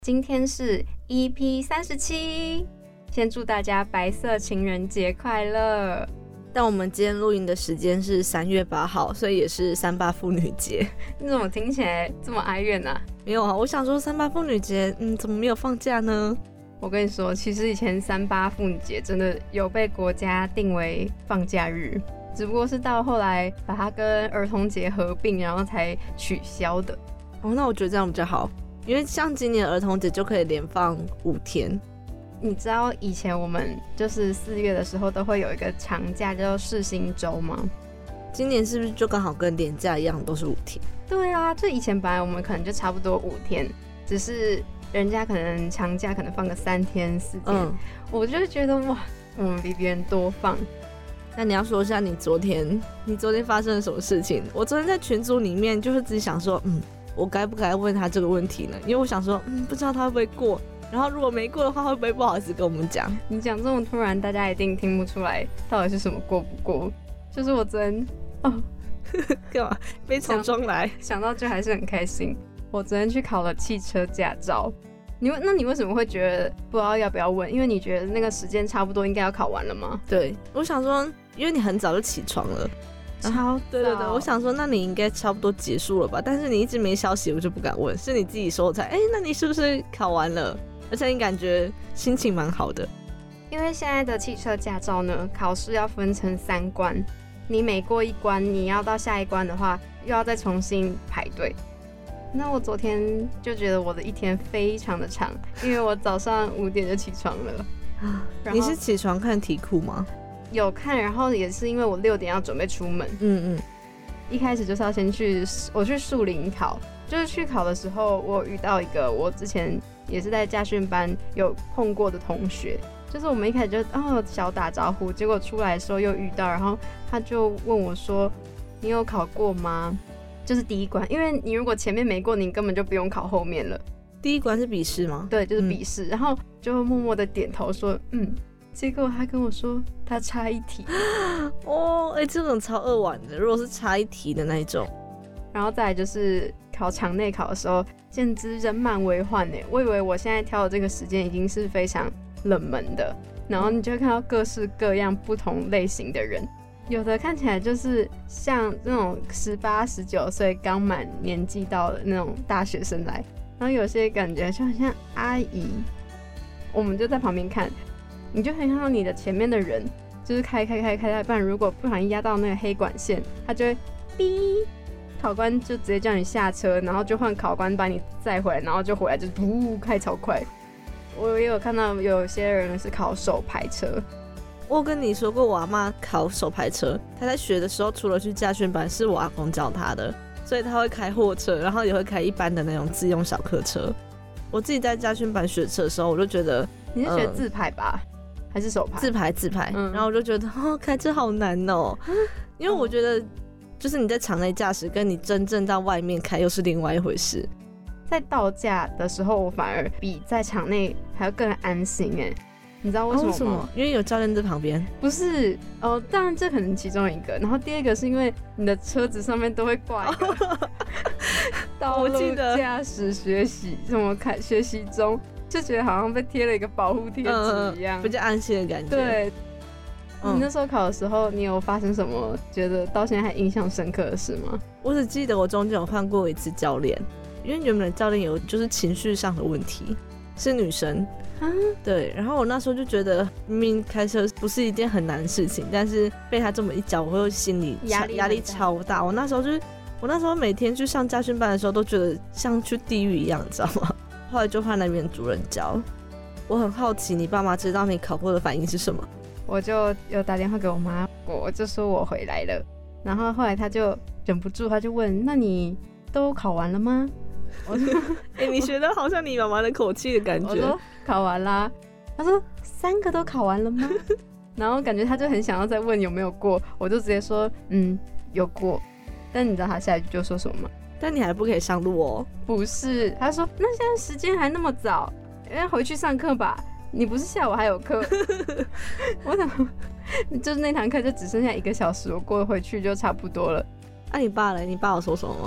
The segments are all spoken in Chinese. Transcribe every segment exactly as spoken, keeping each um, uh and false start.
今天是 E P 三十七，先祝大家白色情人节快乐。 但我们今天录音的时间是三月八号，所以也是三八妇女节。 你怎么听起来这么哀怨啊？ 没有啊，我想说三八妇女节，嗯，怎么没有放假呢？ 我跟你说，其实以前三八妇女节真的有被国家定为放假日，只不过是到后来把它跟儿童节合并，然后才取消的。 哦，那我觉得这样比较好，因为像今年儿童节就可以连放五天。 你知道以前我们就是四月的时候都会有一个长假叫做世新周吗？ 今年是不是就刚好跟连假一样都是五天？ 对啊，就以前本来我们可能就差不多五天，只是人家可能长假可能放个三天四天、嗯、我就觉得哇，我们比别人多放。 那你要说一下你昨天你昨天发生了什么事情？我昨天在群组里面就是自己想说，嗯，我该不该问他这个问题呢？因为我想说，嗯，不知道他会不会过，然后如果没过的话，会不会不好意思跟我们讲？ 你讲这么突然，大家一定听不出来到底是什么过不过。就是我昨天哦， 干嘛悲从中来？ 想到就还是很开心。我昨天去考了汽车驾照。你那你为什么会觉得不知道要不要问？因为你觉得那个时间差不多应该要考完了吗？ 对，我想说，因为你很早就起床了。 超早， 对对对，我想说那你应该差不多结束了吧，但是你一直没消息，我就不敢问，是你自己说我才哎、欸，那你是不是考完了？而且你感觉心情蛮好的。 因为现在的汽车驾照呢，考试要分成三关，你每过一关，你要到下一关的话，又要再重新排队。那我昨天就觉得我的一天非常的长，因为我早上五点就起床了。 你是起床看题库吗？ 有看，然后也是因为我六点要准备出门。嗯嗯，一开始就是要先去，我去树林考，就是去考的时候，我遇到一个我之前也是在驾训班有碰过的同学，就是我们一开始就哦小打招呼，结果出来的时候又遇到，然后他就问我说：“你有考过吗？”就是第一关，因为你如果前面没过，你根本就不用考后面了。 第一关是笔试吗？ 对，就是笔试、嗯，然后就默默的点头说：“嗯。”结果他跟我说他差一题哦，哎、欸，这种超扼腕的。如果是差一题的那一种， 然后再来就是考场内考的时候，简直人满为患呢。我以为我现在挑的这个时间已经是非常冷门的，然后你就会看到各式各样不同类型的人，有的看起来就是像那种十八、十九岁刚满年纪到的那种大学生来，然后有些感觉就很像阿姨，我们就在旁边看。你就可以看到你的前面的人就是开开开开到一半，如果不小心压到那个黑管线，他就会哔，考官就直接叫你下车，然后就换考官把你载回来，然后就回来就是噗开超快。我也有看到有些人是考手排车。 我有跟你说过我阿嬷考手排车，她在学的时候除了去驾训班是我阿公教她的，所以她会开货车，然后也会开一般的那种自用小客车。我自己在驾训班学车的时候，我就觉得你是学自排吧、嗯还是手排？ 自排自排、嗯，然后我就觉得哦，开车好难哦，因为我觉得就是你在场内驾驶，跟你真正到外面开又是另外一回事。 在道驾的时候，我反而比在场内还要更安心哎，你知道为什么吗？哦、为什么？ 因为有教练在旁边。 不是哦，当然这可能其中一个，然后第二个是因为你的车子上面都会挂一个道路驾驶学习什么开学习中。就觉得好像被贴了一个保护贴纸一样、嗯， 比较安心的感觉。 对、嗯，你那时候考的时候，你有发生什么觉得到现在还印象深刻的事吗？ 我只记得我中间有换过一次教练，因为原本的教练有就是情绪上的问题，是女生。啊、对，然后我那时候就觉得明明开车不是一件很难的事情，但是被他这么一讲，我会心里压力压力超大。我那时候就是我那时候每天去上驾训班的时候，都觉得像去地狱一样，你知道吗？后来就换那边主任教。我很好奇你爸妈知道你考过的反应是什么？ 我就有打电话给我妈，我就说我回来了，然后后来他就忍不住，他就问：那你都考完了吗？我说： 哎、欸，你学的好像你妈妈的口气的感觉。 我说考完啦。他说三个都考完了吗？然后感觉他就很想要再问有没有过，我就直接说嗯有过。但你知道他下一句就说什么吗？ 但你还不可以上路哦。 不是，他说那现在时间还那么早，要回去上课吧？你不是下午还有课？我想就是那堂课就只剩下一个小时，我过回去就差不多了。 那、啊、你爸嘞？你爸有说什么吗？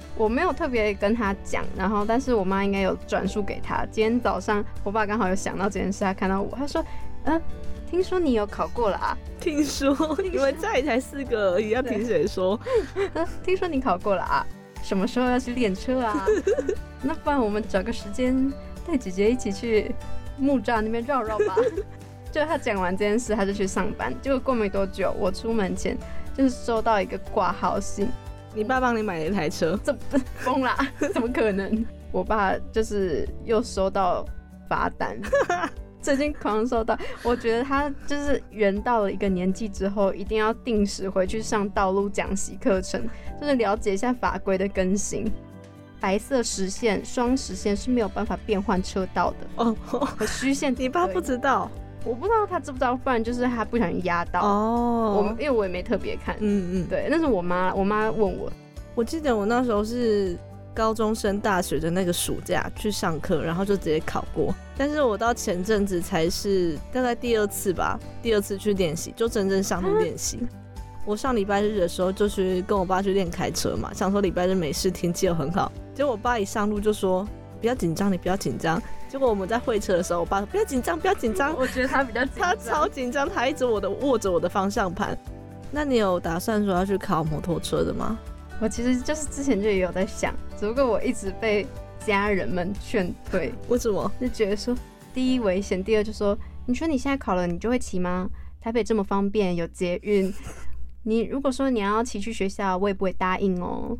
我没有特别跟他讲，然后但是我妈应该有转述给他。今天早上我爸刚好有想到这件事，他看到我，他说：“嗯、呃，听说你有考过了啊？” 听说你们家里才四个而已，要凭谁说？ 听说你考过了啊？什么时候要去练车啊？那不然我们找个时间带姐姐一起去木栅那边绕绕吧。就他讲完这件事，他就去上班。结果过没多久，我出门前就是收到一个挂号信。 你爸帮你买了一台车？ 这疯啦！怎么可能？我爸就是又收到罚单，最近狂收到。我觉得他就是人到了一个年纪之后，一定要定时回去上道路讲习课程，就是了解一下法规的更新。白色实线、双实线是没有办法变换车道的哦，和虚线。 你爸不知道？ 我不知道他知不知道，不然就是他不小心压到哦。我因为我也没特别看，嗯嗯，对，那是我妈，我妈问我。 我记得我那时候是高中升大学的那个暑假去上课，然后就直接考过。但是我到前阵子才是大概第二次吧，第二次去练习，就真正上路练习。我上礼拜日的时候就去跟我爸去练开车嘛，想说礼拜日没事，天气又很好。结果我爸一上路就说：“不要紧张，你不要紧张。”结果我们在会车的时候，我爸说：“不要紧张，不要紧张。” 我觉得他比较紧张， 他超紧张，他一直我的握着我的方向盘。那你有打算说要去考摩托车的吗？ 我其实就是之前就也有在想，只不过我一直被家人们劝退。 为什么？ 就觉得说，第一危险，第二就说，你说你现在考了，你就会骑吗？台北这么方便，有捷运，你如果说你要骑去学校，我也不会答应哦。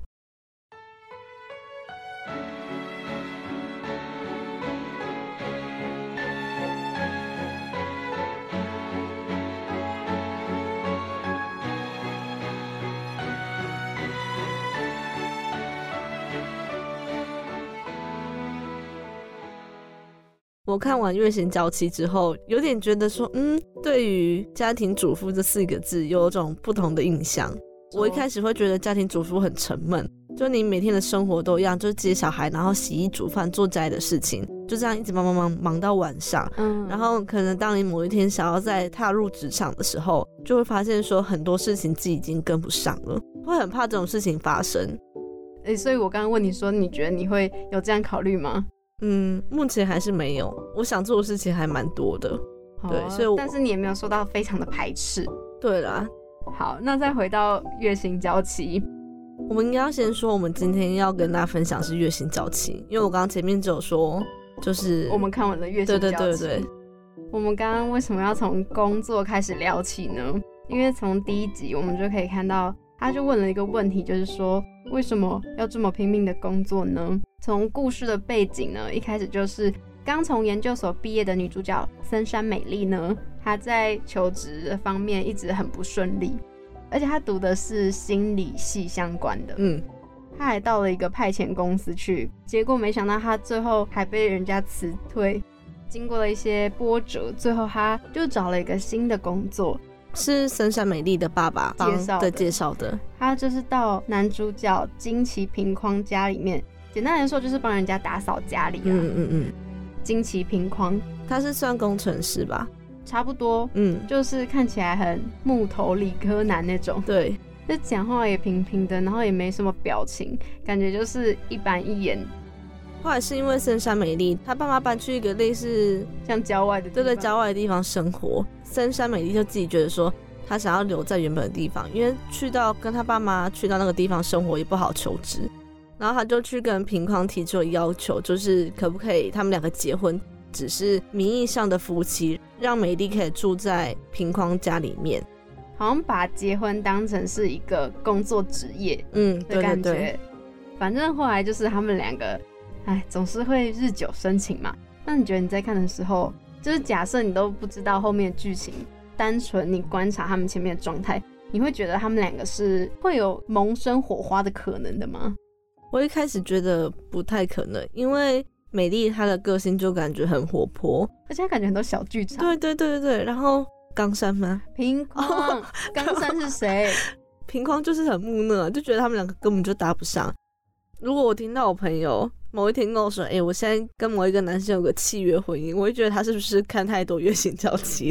我看完《月薪娇妻》之后，有点觉得说，嗯，对于家庭主妇这四个字有一种不同的印象。我一开始会觉得家庭主妇很沉闷，就你每天的生活都一样，就是接小孩，然后洗衣煮饭做家里的事情，就这样一直忙忙忙忙到晚上。嗯，然后可能当你某一天想要再踏入职场的时候，就会发现说很多事情自己已经跟不上了，会很怕这种事情发生。 欸，所以我刚刚问你说，你觉得你会有这样考虑吗？ 嗯，目前还是没有。我想做的事情还蛮多的，哦，对，所以我但是你也没有说到非常的排斥。 对啦， 好，那再回到月薪娇妻， 我们应该要先说，我们今天要跟大家分享是月薪娇妻，因为我刚刚前面只有说，就是我们看完了月薪娇妻。对对对对。我们刚刚为什么要从工作开始聊起呢？因为从第一集我们就可以看到，他就问了一个问题，就是说为什么要这么拼命的工作呢？从故事的背景呢，一开始就是刚从研究所毕业的女主角森山美丽呢，她在求职的方面一直很不顺利，而且她读的是心理系相关的，嗯，她还到了一个派遣公司去，结果没想到她最后还被人家辞退。经过了一些波折，最后她就找了一个新的工作， 是森山美丽的爸爸介绍的介绍的。 她就是到男主角金崎平匡家里面。简单来说就是帮人家打扫家里啦。嗯嗯嗯。金崎平匡， 他是算工程师吧？ 差不多。嗯，就是看起来很木头理科男那种。 对。 就讲话也平平的，然后也没什么表情，感觉就是一板一眼。 后来是因为森山美丽，他爸妈搬去一个类似像郊外的地方， 对对，郊外的地方生活。森山美丽就自己觉得说，他想要留在原本的地方，因为去到跟他爸妈去到那个地方生活也不好求职。然后他就去跟平匡提出了要求，就是可不可以他们两个结婚，只是名义上的夫妻，让美丽可以住在平匡家里面， 好像把结婚当成是一个工作职业，嗯的感觉。对对对，反正后来就是他们两个，哎，总是会日久生情嘛。那你觉得你在看的时候，就是假设你都不知道后面的剧情，单纯你观察他们前面的状态，你会觉得他们两个是会有萌生火花的可能的吗？ 我一开始觉得不太可能，因为美丽她的个性就感觉很活泼， 而且她感觉很多小剧场。 对对对对对，然后冈山吗？ 平匡，冈山是谁？ 平匡就是很木讷，就觉得他们两个根本就搭不上。如果我听到我朋友某一天跟我说，哎、欸，我现在跟某一个男生有个契约婚姻，我会觉得他是不是看太多月薪娇妻了？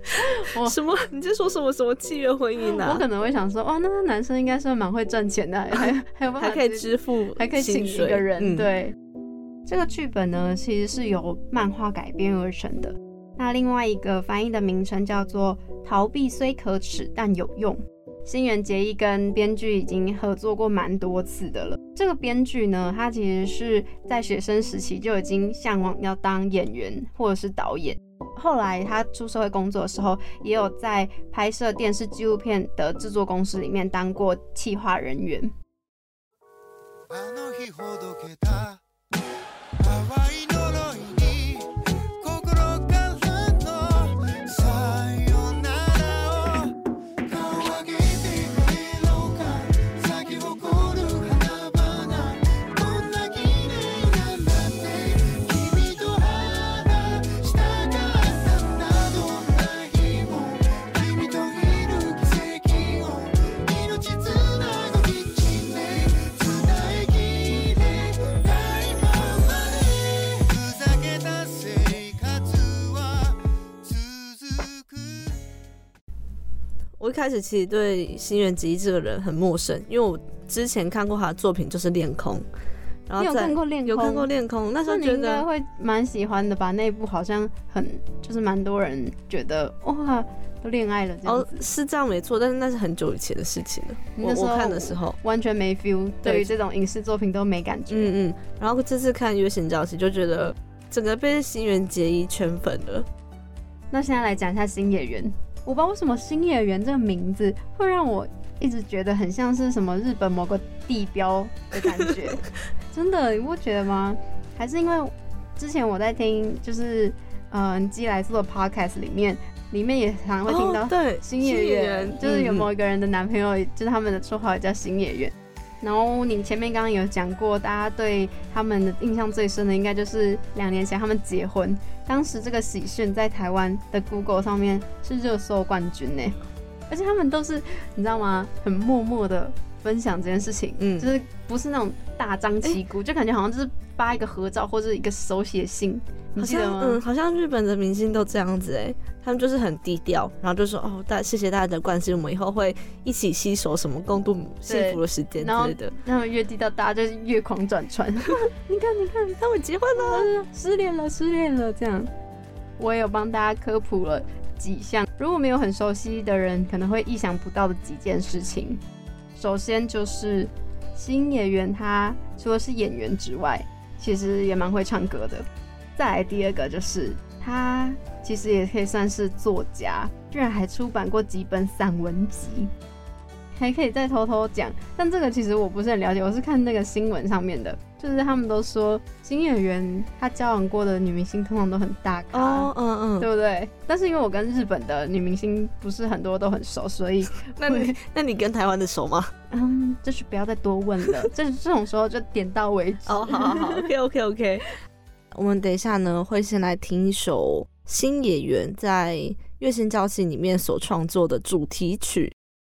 什么？你在说什么什么契约婚姻啊？ 我可能会想说，哇，那男生应该算蛮会赚钱的，还还有办法还可以支付， 还可以请一个人。 嗯、 对，这个剧本呢，其实是由漫画改编而成的。那另外一个翻译的名称叫做《逃避虽可耻但有用》。新垣结衣跟编剧已经合作过蛮多次的了。这个编剧呢，他其实是在学生时期就已经向往要当演员或者是导演。后来他出社会工作的时候，也有在拍摄电视纪录片的制作公司里面当过企划人员。 我一开始其实对新垣结衣这个人很陌生，因为我之前看过他的作品就是《恋空》，然后你有看过《恋空》？ 有看过《恋空》，那时候觉得你应该会蛮喜欢的吧？那一部好像很就是蛮多人觉得哇都恋爱了这样子。 哦，是这样没错，但是那是很久以前的事情了。我我看的时候完全没 feel， 对于这种影视作品都没感觉。 嗯嗯。然后这次看《月薪娇妻》就觉得整个被新垣结衣圈粉了。 那现在来讲一下新演员。我不知道为什么新演员这个名字会让我一直觉得很像是什么日本某个地标的感觉。真的，你不觉得吗？还是因为之前我在听就是嗯基来做的 podcast 里面里面也常会听到新演员、哦、就是有某一个人的男朋友、嗯、就是他们的绰号也叫新演员。然后你前面刚刚有讲过，大家对他们的印象最深的应该就是两年前他们结婚，当时这个喜讯在台湾的 Google 上面是热搜冠军呢，而且他们都是你知道吗，很默默的分享这件事情，嗯，就是不是那种大张旗鼓、欸，就感觉好像就是发一个合照或者一个手写信，你记得吗？ 嗯，好像日本的明星都这样子哎，他们就是很低调，然后就说哦，大谢谢大家的关心，我们以后会一起携手什么共度幸福的时间之类的。 然后越低调，大家就是越狂转传。你看，你看，他们结婚了，失恋了，失恋了，这样。我也有帮大家科普了几项，如果没有很熟悉的人，可能会意想不到的几件事情。首先就是新演员他除了是演员之外，其实也蛮会唱歌的。再来第二个就是他其实也可以算是作家，居然还出版过几本散文集，还可以再偷偷讲。但这个其实我不是很了解，我是看那个新闻上面的，就是他们都说新演员他交往过的女明星通常都很大咖，哦，嗯嗯，对不对？但是因为我跟日本的女明星不是很多都很熟，所以那你那你跟台湾的熟吗？ 嗯，就是不要再多问了，这这种时候就点到为止。 哦，好好好 ，OK OK OK。我们等一下呢会先来听一首新演员在《月薪娇妻》里面所创作的主题曲。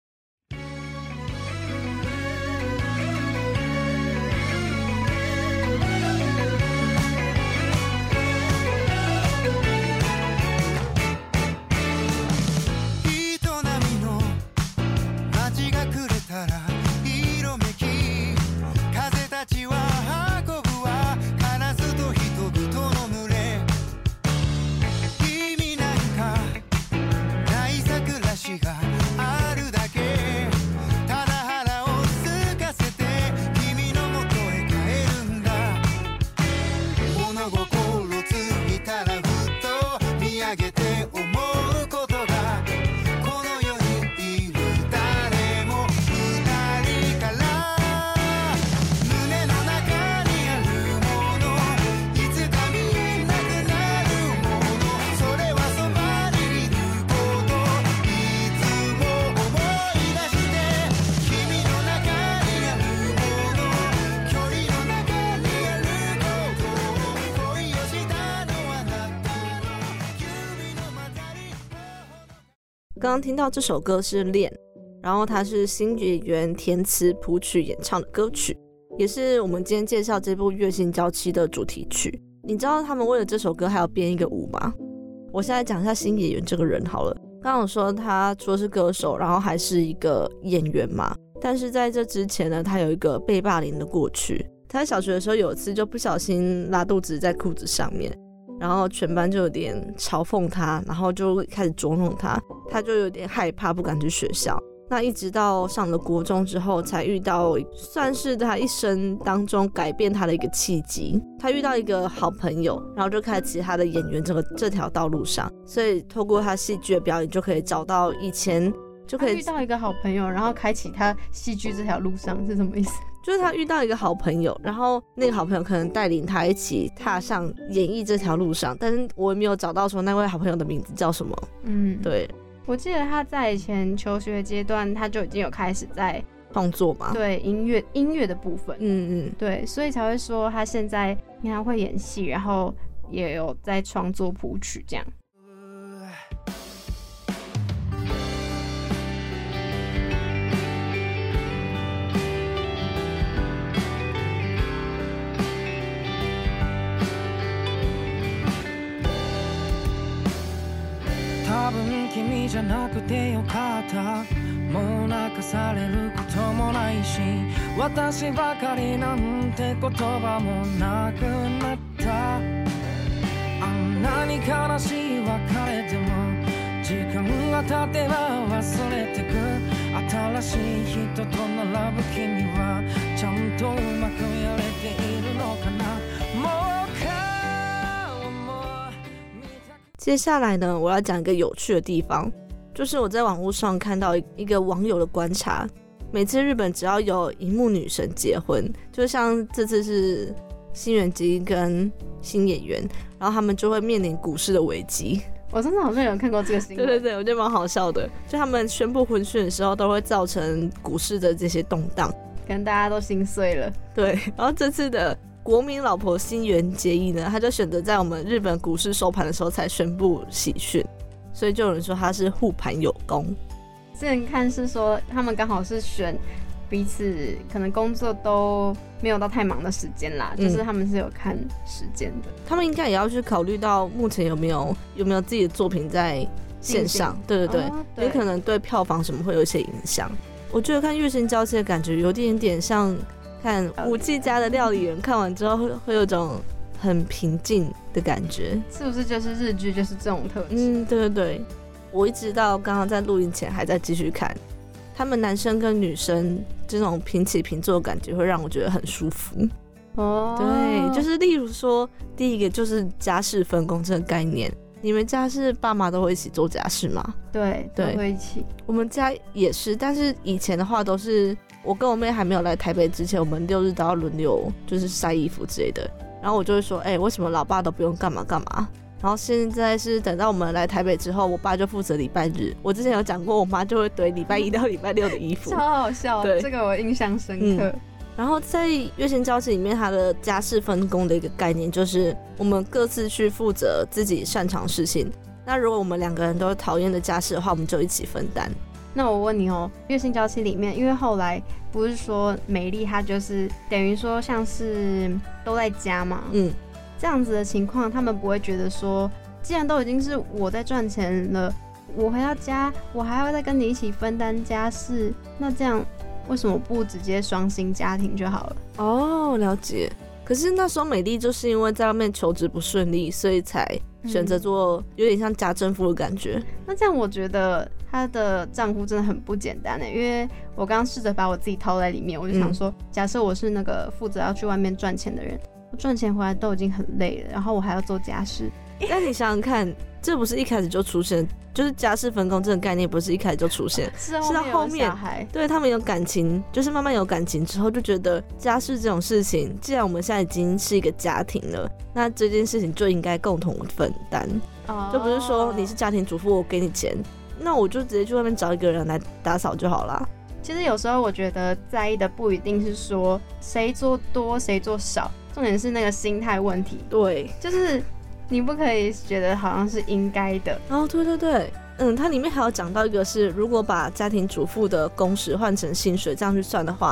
刚刚听到这首歌是《恋》，然后它是新演员填词谱曲演唱的歌曲，也是我们今天介绍这部《月薪娇妻》的主题曲。你知道他们为了这首歌还要编一个舞吗？我现在讲一下新演员这个人好了。 刚刚有说他除了是歌手，然后还是一个演员嘛，但是在这之前呢，他有一个被霸凌的过去。他在小学的时候有一次就不小心拉肚子在裤子上面，然后全班就有点嘲讽他，然后就开始捉弄他，他就有点害怕，不敢去学校。那一直到上了国中之后，才遇到算是他一生当中改变他的一个契机。他遇到一个好朋友，然后就开启他的演员这个这条道路上。所以透过他戏剧的表演，就可以找到以前就可以他遇到一个好朋友，然后开启他戏剧这条路上是什么意思？ 就是他遇到一个好朋友，然后那个好朋友可能带领他一起踏上演艺这条路上，但是我也没有找到说那位好朋友的名字叫什么。嗯，对。 我记得他在以前求学阶段，他就已经有开始在创作嘛， 对音乐音乐的部分， 嗯嗯， 对，所以才会说他现在你看会演戏，然后也有在创作谱曲这样。 多分君じゃなくてよかった。もう泣かされることもないし、私ばかりなんて言葉もなくなった。あんなに悲しい別れでも時間が経てば忘れてく。新しい人と並ぶ君はちゃんとうまくやれているのかな。もう接下来呢，我要讲一个有趣的地方，就是我在网络上看到一个网友的观察，每次日本只要有荧幕女神结婚，就像这次是新垣结衣跟新演员，然后他们就会面临股市的危机。 我真的好像有看过这个新闻。 对对对，我觉得蛮好笑的，就他们宣布婚讯的时候都会造成股市的这些动荡， 可能大家都心碎了。 对，然后这次的国民老婆新垣结衣呢，他就选择在我们日本股市收盘的时候才宣布喜讯，所以就有人说他是护盘有功。 之前看是说他们刚好是选彼此可能工作都没有到太忙的时间啦、嗯，就是他们是有看时间的。 他们应该也要去考虑到目前有没有有没有自己的作品在线上，对对对，哦、对也可能对票房什么会有一些影响。我觉得看月薪娇妻的感觉有点点像看五 G 家的料理人，看完之后会会有种很平静的感觉， 是不是就是日剧就是这种特质？ 嗯，对对对。我一直到刚刚在录音前还在继续看，他们男生跟女生这种平起平坐的感觉会让我觉得很舒服。哦，对，就是例如说，第一个就是家事分工这个概念。你们家是爸妈都会一起做家事吗？ 对，对，都会一起。 我们家也是，但是以前的话都是我跟我妹还没有来台北之前，我们六日都要轮流就是晒衣服之类的。然后我就会说，哎、欸，为什么老爸都不用干嘛干嘛？然后现在是等到我们来台北之后，我爸就负责礼拜日。我之前有讲过，我妈就会堆礼拜一到礼拜六的衣服， 超好笑。对，这个我印象深刻。嗯， 然后在月薪娇妻里面，它的家事分工的一个概念就是我们各自去负责自己擅长的事情。那如果我们两个人都讨厌的家事的话，我们就一起分担。 那我问你哦，月薪娇妻里面，因为后来不是说美丽她就是等于说像是都在家嘛，嗯，这样子的情况，他们不会觉得说，既然都已经是我在赚钱了，我回到家我还要再跟你一起分担家事，那这样为什么不直接双薪家庭就好了？ 哦，了解。可是那时候美丽就是因为在外面求职不顺利，所以才选择做有点像家政妇的感觉、嗯。 那这样我觉得她的丈夫真的很不简单耶，因为我刚刚试着把我自己套在里面，我就想说，嗯、假设我是那个负责要去外面赚钱的人，我赚钱回来都已经很累了，然后我还要做家事。 但你想想看，这不是一开始就出现，就是家事分工这个概念不是一开始就出现， 是到后面，对他们有感情，就是慢慢有感情之后，就觉得家事这种事情，既然我们现在已经是一个家庭了，那这件事情就应该共同分担， oh. 就不是说你是家庭主妇，我给你钱，那我就直接去外面找一个人来打扫就好啦。 其实有时候我觉得在意的不一定是说谁做多谁做少，重点是那个心态问题。 对， 就是你不可以觉得好像是应该的。 哦，对对对，嗯，它里面还有讲到一个是，如果把家庭主妇的工时换成薪水这样去算的话，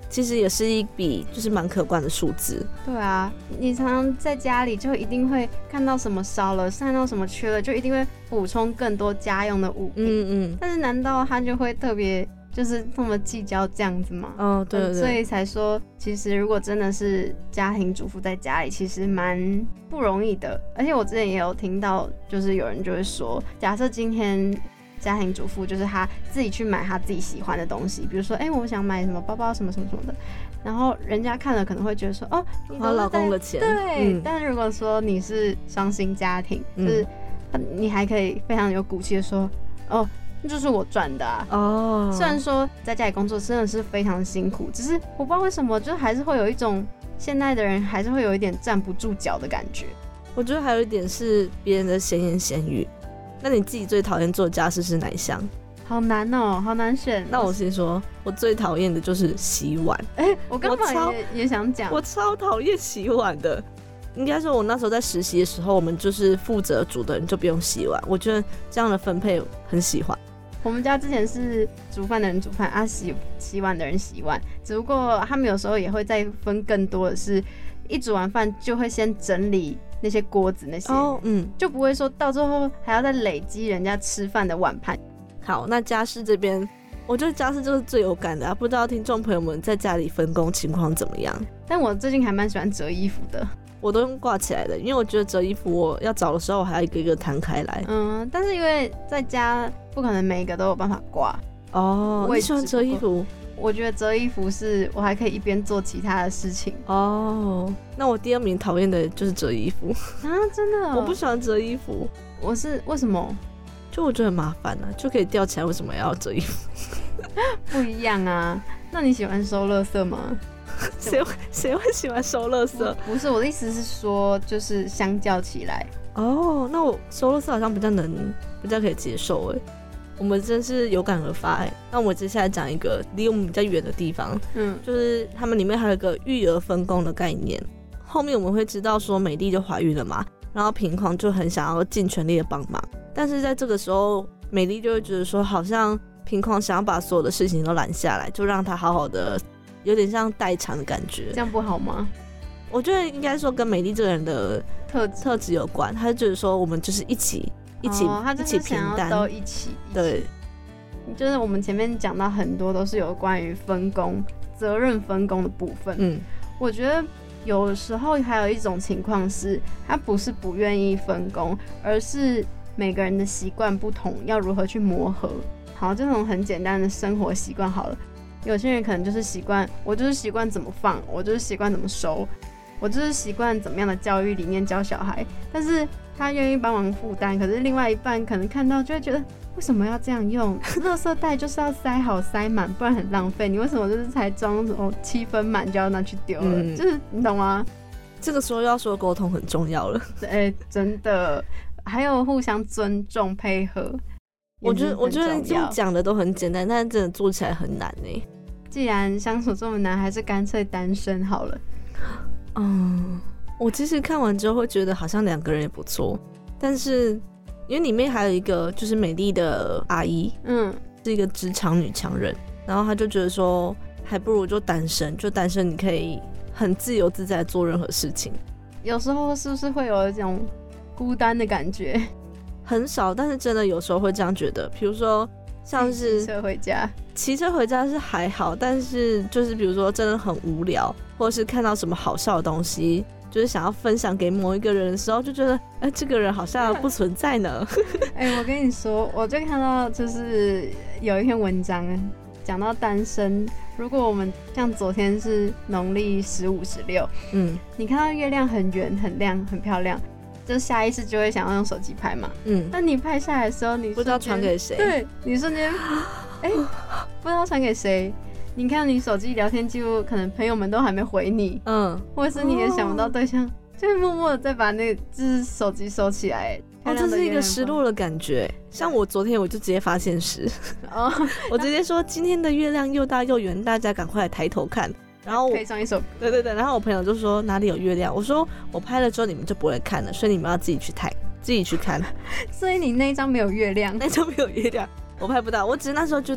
其实也是一笔就是蛮可观的数字。 对啊，你常常在家里就一定会看到什么少了，看到什么缺了，就一定会补充更多家用的物品。嗯嗯。但是难道他就会特别就是这么计较这样子吗？ 哦，对对对。 所以才说，其实如果真的是家庭主妇在家里，其实蛮不容易的。而且我之前也有听到，就是有人就会说，假设今天家庭主妇就是他自己去买他自己喜欢的东西，比如说，哎、欸，我想买什么包包什么什么什么的，然后人家看了可能会觉得说，哦，你花老公的钱。 对、嗯。但是如果说你是双薪家庭，就是你还可以非常有骨气的说，哦，那就是我赚的啊。哦。虽然说在家里工作真的是非常辛苦，只是我不知道为什么，就还是会有一种现在的人还是会有一点站不住脚的感觉。 我觉得还有一点是别人的闲言闲语。那你自己最讨厌做家事是哪一项？ 好难哦，好难选。 那我先说，我最讨厌的就是洗碗。 哎、欸，我刚刚 也, 也想讲， 我超讨厌洗碗的。应该说，我那时候在实习的时候，我们就是负责煮的人就不用洗碗。我觉得这样的分配很喜欢。 我们家之前是煮饭的人煮饭啊，洗洗碗的人洗碗。只不过他们有时候也会再分更多的是，一煮完饭就会先整理那些锅子那些，哦，嗯，就不会说到最后还要再累积人家吃饭的碗盘。 好，那家事这边，我觉得家事就是最有感的啊，不知道听众朋友们在家里分工情况怎么样？ 但我最近还蛮喜欢折衣服的， 我都用挂起来的，因为我觉得折衣服我要找的时候我还要一个一个摊开来。 嗯，但是因为在家不可能每一个都有办法挂。 哦，你喜欢折衣服？ 我觉得折衣服是我还可以一边做其他的事情。 哦，那我第二名讨厌的就是折衣服啊，真的？ 我不喜欢折衣服。 我是为什么？ 就我觉得很麻烦啊，就可以吊起来，为什么要折衣服？ 不一样啊。那你喜欢收垃圾吗？ 谁谁会喜欢收垃圾？ 不是，我的意思是说，就是相较起来。 哦，那我收垃圾好像比较能，比较可以接受哎。我们真是有感而发哎。那我接下来讲一个离我们比较远的地方，嗯，就是他们里面还有一个育儿分工的概念。后面我们会知道说美丽就怀孕了嘛，然后平狂就很想要尽全力的帮忙，但是在这个时候，美丽就会觉得说，好像平狂想要把所有的事情都揽下来，就让他好好的，有点像代偿的感觉。 这样不好吗？ 我觉得应该说跟美丽这个人的特特质有关，他就觉得说我们就是一起。一起、哦、 他就是想要都一起， 对， 就是我们前面讲到很多都是有关于分工、责任分工的部分。嗯，我觉得有时候还有一种情况是，他不是不愿意分工，而是每个人的习惯不同，要如何去磨合。好，这种很简单的生活习惯好了，有些人可能就是习惯，我就是习惯怎么放，我就是习惯怎么收，我就是习惯怎么样的教育理念教小孩，但是他愿意帮忙负担，可是另外一半可能看到就会觉得，为什么要这样用？垃圾袋就是要塞好塞满，不然很浪费。你为什么就是才装哦七分满就要拿去丢了？嗯、就是你懂吗？ 这个时候要说沟通很重要了。 哎、欸，真的，还有互相尊重配合。 我觉得我觉得用讲的都很简单，但是真的做起来很难哎。 既然相处这么难，还是干脆单身好了。 嗯。我其实看完之后会觉得好像两个人也不错，但是因为里面还有一个就是美丽的阿姨，嗯，是一个职场女强人，然后她就觉得说还不如就单身，就单身你可以很自由自在做任何事情。 有时候是不是会有一种孤单的感觉？ 很少，但是真的有时候会这样觉得。比如说像是骑车回家， 骑车回家是还好，但是就是比如说真的很无聊，或者是看到什么好笑的东西，就是想要分享给某一个人的时候，就觉得哎、欸，这个人好像不存在呢。 哎、欸，我跟你说，我就看到就是有一篇文章讲到单身，如果我们像昨天是农历十五、十六，嗯，你看到月亮很圆、很亮、很漂亮，就下意识就会想要用手机拍嘛，嗯，那你拍下来的时候，你不知道传给谁， 对，你瞬间哎、欸，不知道传给谁。你看你手机聊天记录，可能朋友们都还没回你，嗯，或者是你也想不到对象，哦、就会默默的再把那个就是手机收起来。 哦，这是一个失落的感觉。像我昨天我就直接发现时，哦，我直接说今天的月亮又大又圆，大家赶快来抬头看。然后配上一首歌， 对对对，然后我朋友就说哪里有月亮？我说我拍了之后你们就不会看了，所以你们要自己去抬，自己去看。 所以你那一张没有月亮， 那张没有月亮。我拍不到，我只是那时候觉得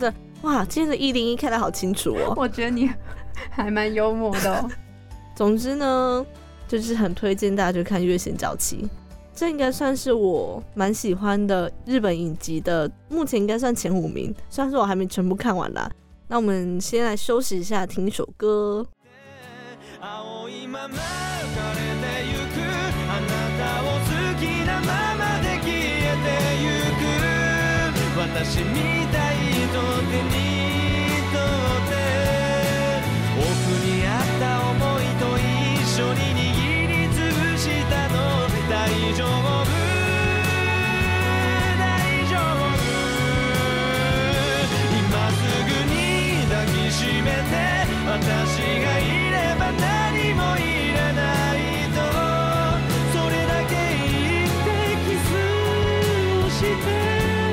哇，今天的一零一看得好清楚哦。 我觉得你还蛮幽默的哦。 总之呢，就是很推荐大家去看《月薪娇妻》，这应该算是我蛮喜欢的日本影集的，目前应该算前五名，虽然说我还没全部看完啦。那我们先来休息一下，听一首歌。 私みたいと手に取って奥にあった想いと一緒に握りつぶしたの大丈夫大丈夫今すぐに抱きしめて私がいれば何もいらないとそれだけ言ってキスをして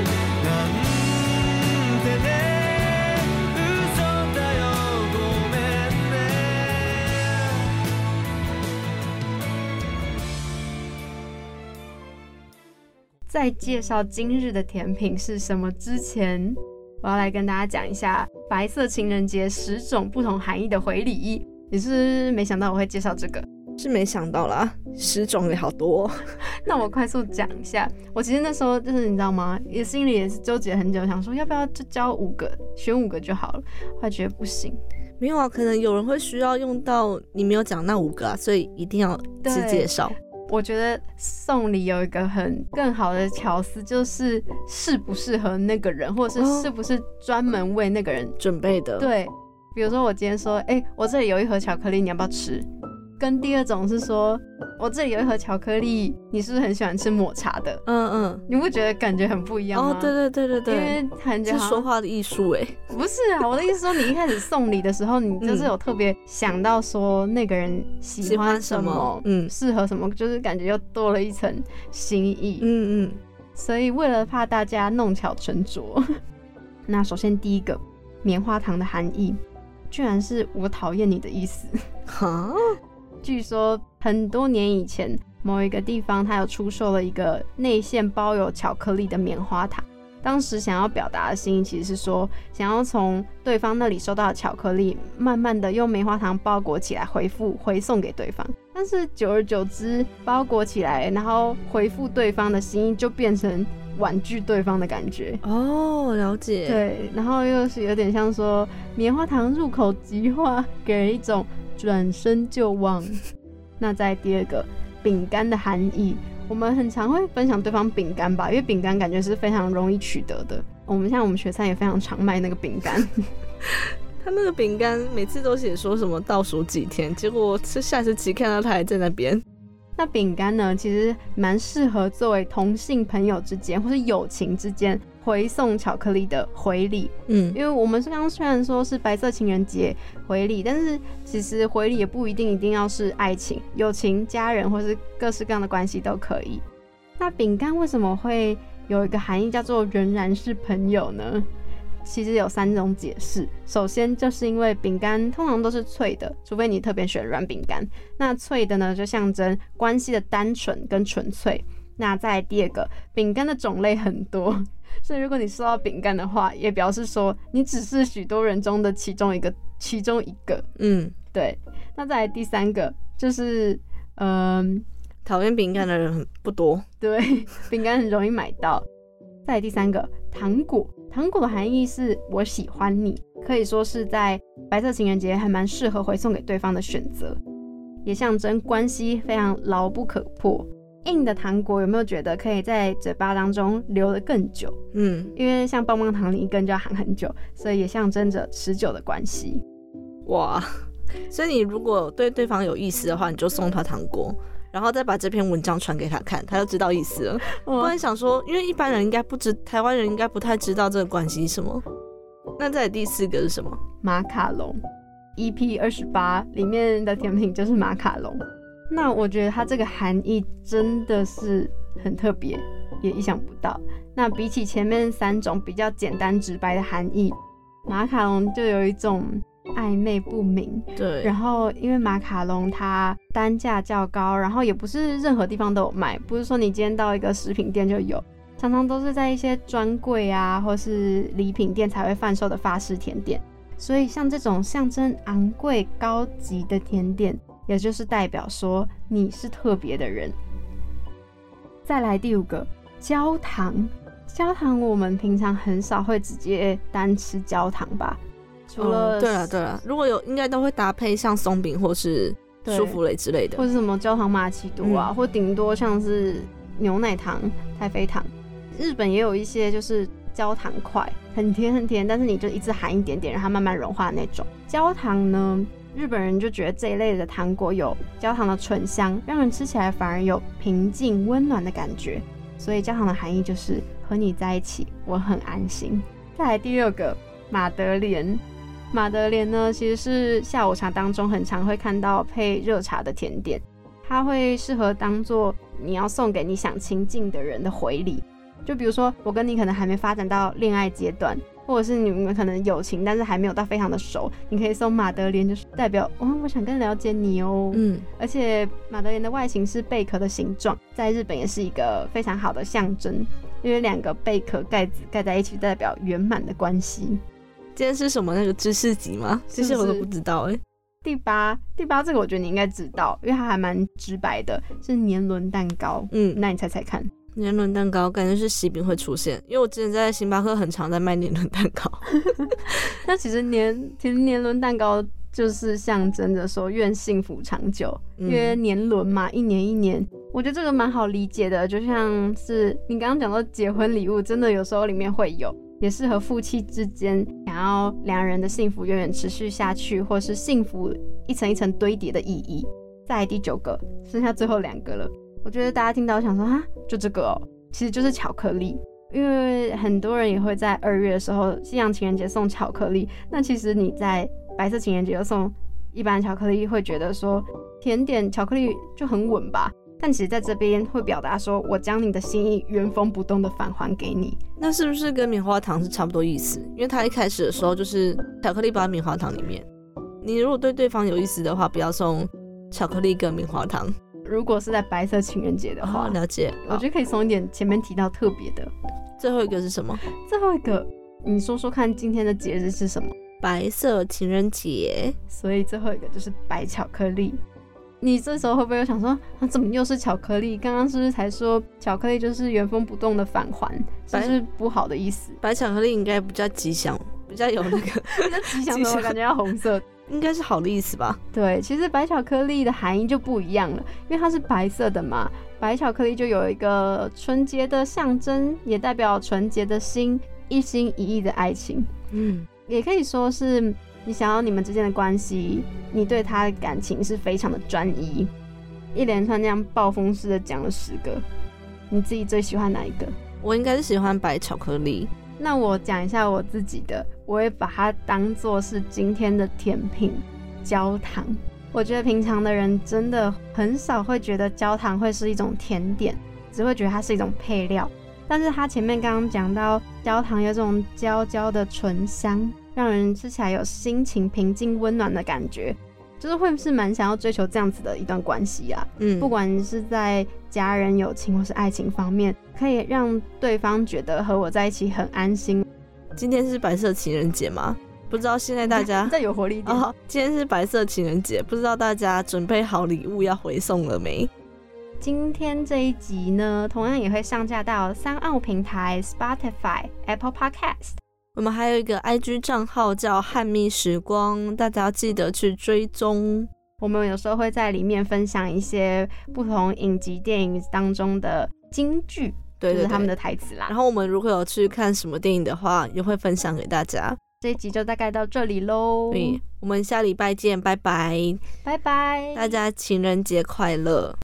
在介绍今日的甜品是什么之前，我要来跟大家讲一下白色情人节十种不同含义的回礼。也是没想到我会介绍这个， 是没想到啦，十种也好多哦。 那我快速讲一下，我其实那时候就是你知道吗，也心里也是纠结很久，想说要不要就教五个，选五个就好了，后来觉得不行。 没有啊，可能有人会需要用到你没有讲那五个啊，所以一定要只介绍。 我觉得送礼有一个很更好的巧思，就是适不适合那个人，或者是是不是专门为那个人准备的。 对，比如说我今天说，哎、欸，我这里有一盒巧克力，你要不要吃？跟第二种是说，我这里有一盒巧克力，你是不是很喜欢吃抹茶的？嗯嗯，你不觉得感觉很不一样吗？ 哦，对对对对对， 因为感觉是说话的艺术哎。 不是啊，我的意思说，你一开始送礼的时候，你就是有特别想到说那个人喜欢什么，嗯，适合什么，就是感觉又多了一层心意。嗯嗯，所以为了怕大家弄巧成拙，那首先第一个，棉花糖的含义，居然是我讨厌你的意思。哈。据说很多年以前，某一个地方它有出售了一个内馅包有巧克力的棉花糖。当时想要表达的心意其实是说，想要从对方那里收到的巧克力，慢慢的用棉花糖包裹起来，回复回送给对方。但是久而久之，包裹起来，然后回复对方的心意就变成婉拒对方的感觉。 哦，了解。 对，然后又是有点像说棉花糖入口即化，给人一种转身就忘。那再第二个，饼干的含义，我们很常会分享对方饼干吧，因为饼干感觉是非常容易取得的。我们像我们学餐也非常常卖那个饼干。 他那个饼干每次都写说什么倒数几天，结果吃下学期看到他还在那边。 那饼干呢，其实蛮适合作为同性朋友之间或是友情之间回送巧克力的回礼。嗯，因为我们刚刚虽然说是白色情人节回礼，但是其实回礼也不一定一定要是爱情、友情、家人或是各式各样的关系都可以。那饼干为什么会有一个含义叫做仍然是朋友呢？其实有三种解释。首先就是因为饼干通常都是脆的，除非你特别选软饼干。那脆的呢，就象征关系的单纯跟纯粹。那再来第二个，饼干的种类很多，所以如果你收到饼干的话，也表示说你只是许多人中的其中一个，其中一个。嗯，对。那再来第三个，就是嗯， 讨厌饼干的人很不多。 对，饼干很容易买到。再来第三个，糖果。糖果的含义是我喜欢你，可以说是在白色情人节还蛮适合回送给对方的选择，也象征关系非常牢不可破。硬的糖果有没有觉得可以在嘴巴当中留得更久？嗯，因为像棒棒糖你一根就要含很久，所以也象征着持久的关系。 哇，所以你如果对对方有意思的话，你就送他糖果，然后再把这篇文章传给他看，他就知道意思了。不然想说，因为一般人应该不知，台湾人应该不太知道这个关系什么。那再来第四个是什么？ 马卡龙 E P 二十八 里面的甜品就是马卡龙。那我觉得它这个含义真的是很特别，也意想不到。那比起前面三种比较简单直白的含义，马卡龙就有一种暧昧不明。 对， 然后因为马卡龙它单价较高，然后也不是任何地方都有卖，不是说你今天到一个食品店就有， 常常都是在一些专柜啊，或是礼品店才会贩售的法式甜点。所以像这种象征昂贵高级的甜点，也就是代表说你是特别的人。再来第五个，焦糖。焦糖我们平常很少会直接单吃焦糖吧，除了、 哦、对了对了，如果有应该都会搭配像松饼或是舒芙蕾之类的， 或是什么焦糖玛奇朵啊、嗯、或顶多像是牛奶糖、太妃糖。日本也有一些就是焦糖块，很甜很甜，但是你就一直含一点点让它慢慢融化的那种。焦糖呢，日本人就觉得这一类的糖果有焦糖的醇香，让人吃起来反而有平静温暖的感觉，所以焦糖的含义就是和你在一起我很安心。再来第六个，马德莲。马德莲呢，其实是下午茶当中很常会看到配热茶的甜点，它会适合当做你要送给你想亲近的人的回礼。就比如说我跟你可能还没发展到恋爱阶段，或者是你们可能友情但是还没有到非常的熟，你可以送马德莲，就是代表哦我想更了解你哦。嗯，而且马德莲的外形是贝壳的形状，在日本也是一个非常好的象征，因为两个贝壳盖子盖在一起代表圆满的关系。 今天是什么那个知识集吗？这些我都不知道哎、欸。 第八，第八这个我觉得你应该知道，因为它还蛮直白的，是年轮蛋糕。嗯，那你猜猜看。 年轮蛋糕感觉是喜饼会出现，因为我之前在星巴克很常在卖年轮蛋糕。 那其实年其实年轮蛋糕就是象征着说愿幸福长久，嗯、因为年轮嘛，一年一年，我觉得这个蛮好理解的，就像是你刚刚讲到结婚礼物，真的有时候里面会有，也适合夫妻之间想要两人的幸福永远持续下去，或是幸福一层一层堆叠的意义。再来第九个，剩下最后两个了。我觉得大家听到想说啊，就这个哦，其实就是巧克力，因为很多人也会在二月的时候，西洋情人节送巧克力。那其实你在白色情人节又送一般巧克力，会觉得说甜点巧克力就很稳吧？但其实在这边会表达说，我将你的心意原封不动的返还给你。 那是不是跟棉花糖是差不多意思？因为它一开始的时候就是巧克力包在棉花糖里面。你如果对对方有意思的话，不要送巧克力跟棉花糖。 如果是在白色情人节的话、 哦、了解， 我觉得可以送一点前面提到特别的。 最后一个是什么？ 最后一个你说说看，今天的节日是什么？ 白色情人节， 所以最后一个就是白巧克力。你这时候会不会想说啊，怎么又是巧克力？刚刚是不是才说巧克力就是原封不动的返还，是不是不好的意思？ 白巧克力应该比较吉祥，比较有那个比较吉祥的，我感觉要红色。 应该是好的意思吧？ 对，其实白巧克力的含义就不一样了，因为它是白色的嘛。白巧克力就有一个纯洁的象征，也代表纯洁的心，一心一意的爱情。嗯，也可以说是你想要你们之间的关系，你对他的感情是非常的专一。一连串这样暴风式的讲了十个，你自己最喜欢哪一个？ 我应该是喜欢白巧克力。 那我讲一下我自己的，我也把它当作是今天的甜品焦糖。我觉得平常的人真的很少会觉得焦糖会是一种甜点，只会觉得它是一种配料。但是它前面刚刚讲到焦糖有这种焦焦的醇香，让人吃起来有心情平静温暖的感觉，就是会是蛮想要追求这样子的一段关系啊。嗯，不管是在家人、友情或是爱情方面，可以让对方觉得和我在一起很安心。 今天是白色情人节吗？不知道现在大家再有活力一点、哦、 今天是白色情人节，不知道大家准备好礼物要回送了没？ 今天这一集呢，同样也会上架到三奥平台、Spotify、Apple Podcast。 我们还有一个 I G 账号叫汉蜜时光，大家要记得去追踪。 我们有时候会在里面分享一些不同影集、电影当中的金句，对对对，就是他们的台词啦。 然后我们如果有去看什么电影的话，也会分享给大家。 这一集就大概到这里咯。 对，我们下礼拜见，拜拜， 拜拜， 大家情人节快乐。